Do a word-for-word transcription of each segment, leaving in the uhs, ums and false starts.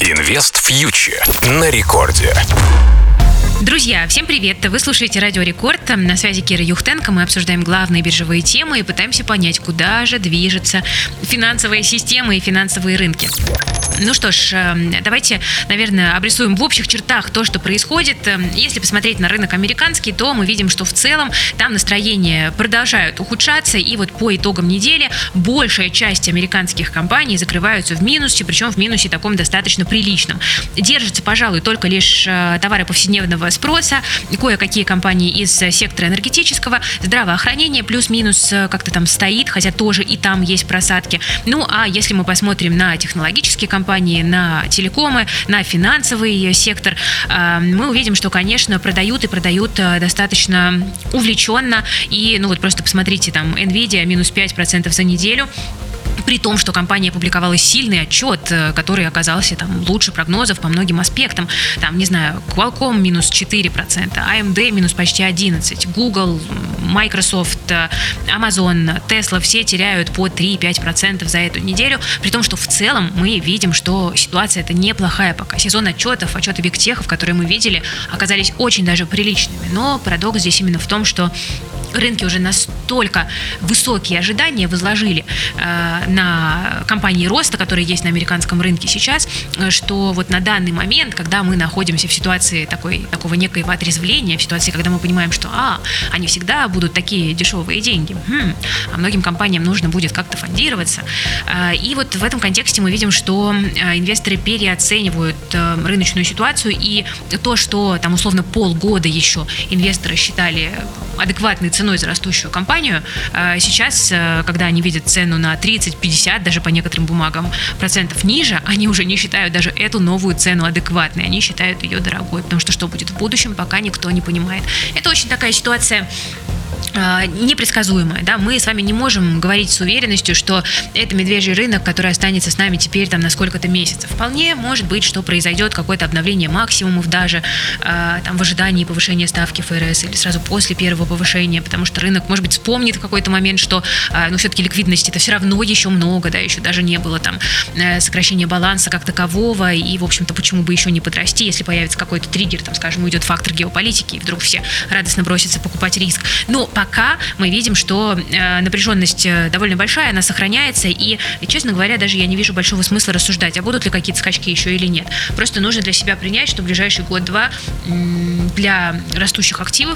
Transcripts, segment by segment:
Инвест Фьючер на рекорде. Друзья, всем привет! Вы слушаете Радио Рекорд. На связи Кира Юхтенко. Мы обсуждаем главные биржевые темы и пытаемся понять, куда же движется финансовая система и финансовые рынки. Ну что ж, давайте, наверное, обрисуем в общих чертах то, что происходит. Если посмотреть на рынок американский, то мы видим, что в целом там настроения продолжают ухудшаться. И вот по итогам недели большая часть американских компаний закрываются в минусе, причем в минусе таком достаточно приличном. Держатся, пожалуй, только лишь товары повседневного спроса, кое-какие компании из сектора энергетического, здравоохранения плюс-минус как-то там стоит, хотя тоже и там есть просадки. Ну а если мы посмотрим на технологические компании, на телекомы, на финансовый сектор, мы увидим, что, конечно, продают и продают достаточно увлеченно. И, ну вот просто посмотрите, там, Nvidia минус пять процентов за неделю. При том, что компания опубликовала сильный отчет, который оказался там лучше прогнозов по многим аспектам. Там, не знаю, Qualcomm минус четыре процента, эй эм ди минус почти одиннадцать процентов, Google, Microsoft, Amazon, Tesla все теряют по три-пять процентов за эту неделю. При том, что в целом мы видим, что ситуация это неплохая пока. Сезон отчетов, отчеты бигтехов, которые мы видели, оказались очень даже приличными. Но парадокс здесь именно в том, что рынки уже настолько высокие ожидания возложили э, на компании роста, которые есть на американском рынке сейчас, что вот на данный момент, когда мы находимся в ситуации такой, такого некоего отрезвления, в ситуации, когда мы понимаем, что а, они всегда будут такие дешевые деньги, хм, а многим компаниям нужно будет как-то фондироваться. Э, и вот в этом контексте мы видим, что э, инвесторы переоценивают э, рыночную ситуацию, и то, что там условно полгода еще инвесторы считали адекватной ценой за растущую компанию, сейчас, когда они видят цену на тридцать-пятьдесят, даже по некоторым бумагам, процентов ниже, они уже не считают даже эту новую цену адекватной, они считают ее дорогой, потому что что будет в будущем, пока никто не понимает. Это очень такая ситуация непредсказуемое, да, мы с вами не можем говорить с уверенностью, что это медвежий рынок, который останется с нами теперь там на сколько-то месяцев. Вполне может быть, что произойдет какое-то обновление максимумов даже э, там в ожидании повышения ставки эф эр эс или сразу после первого повышения, потому что рынок, может быть, вспомнит в какой-то момент, что э, ну, все-таки ликвидности это все равно еще много, да, еще даже не было там э, сокращения баланса как такового, и, в общем-то, почему бы еще не подрасти, если появится какой-то триггер, там, скажем, уйдет фактор геополитики, и вдруг все радостно бросятся покупать риск. Но пока мы видим, что э, напряженность довольно большая, она сохраняется, и, и, честно говоря, даже я не вижу большого смысла рассуждать, а будут ли какие-то скачки еще или нет. Просто нужно для себя принять, что в ближайший год-два м- для растущих активов,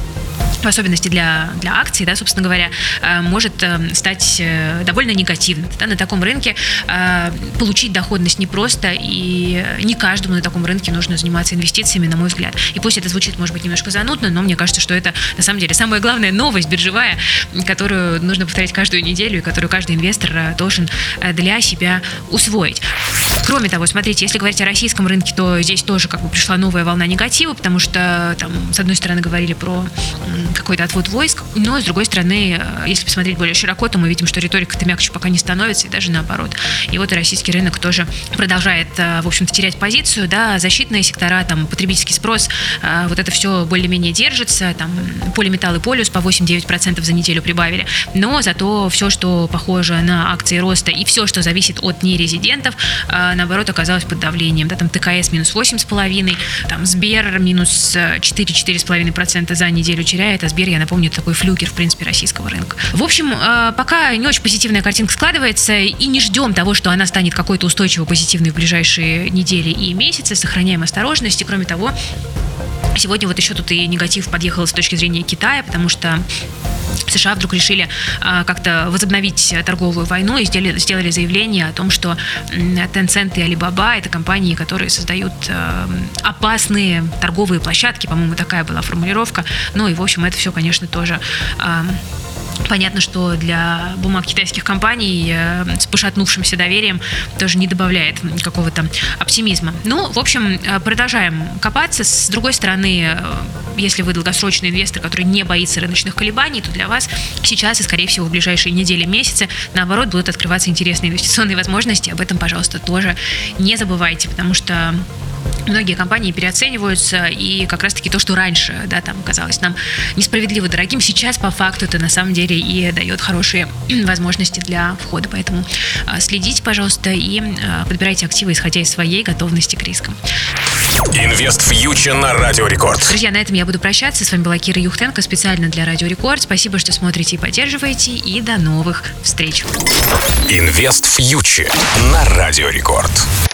в особенности для, для акций, да, собственно говоря, может стать довольно негативным. Да, на таком рынке получить доходность непросто, и не каждому на таком рынке нужно заниматься инвестициями, на мой взгляд. И пусть это звучит, может быть, немножко занудно, но мне кажется, что это на самом деле самая главная новость биржевая, которую нужно повторять каждую неделю и которую каждый инвестор должен для себя усвоить. Кроме того, смотрите, если говорить о российском рынке, то здесь тоже как бы пришла новая волна негатива, потому что там, с одной стороны, говорили про какой-то отвод войск, но с другой стороны, если посмотреть более широко, то мы видим, что риторика-то мягче пока не становится, и даже наоборот. И вот и российский рынок тоже продолжает, в общем-то, терять позицию, да, защитные сектора, там, потребительский спрос, вот это все более-менее держится, там, полиметалл и полюс по восемь-девять процентов за неделю прибавили, но зато все, что похоже на акции роста, и все, что зависит от нерезидентов, наоборот, оказалось под давлением, да, там, тэ ка эс минус восемь целых пять десятых процента, там, Сбер минус четыре-четыре целых пять десятых процента за неделю теряет, а Сбер, я напомню, это такой флюгер, в принципе, российского рынка. В общем, пока не очень позитивная картинка складывается, и не ждем того, что она станет какой-то устойчиво позитивной в ближайшие недели и месяцы, сохраняем осторожность, и кроме того, сегодня вот еще тут и негатив подъехал с точки зрения Китая, потому что США вдруг решили а, как-то возобновить торговую войну и сделали, сделали заявление о том, что Tencent и Alibaba — это компании, которые создают а, опасные торговые площадки, по-моему, такая была формулировка. Ну и, в общем, это все, конечно, тоже... А, понятно, что для бумаг китайских компаний э, с пошатнувшимся доверием тоже не добавляет какого-то оптимизма. Ну, в общем, продолжаем копаться. С другой стороны, э, если вы долгосрочный инвестор, который не боится рыночных колебаний, то для вас сейчас и, скорее всего, в ближайшие недели, месяцы, наоборот, будут открываться интересные инвестиционные возможности. Об этом, пожалуйста, тоже не забывайте, потому что многие компании переоцениваются, и как раз-таки то, что раньше, да, там казалось нам несправедливо дорогим, сейчас по факту это на самом деле и дает хорошие возможности для входа. Поэтому следите, пожалуйста, и подбирайте активы, исходя из своей готовности к рискам. Инвест Фьючер на Радио Рекорд. Друзья, на этом я буду прощаться. С вами была Кира Юхтенко специально для Радио Рекорд. Спасибо, что смотрите и поддерживаете. И до новых встреч. Инвест Фьючер на Радио Рекорд.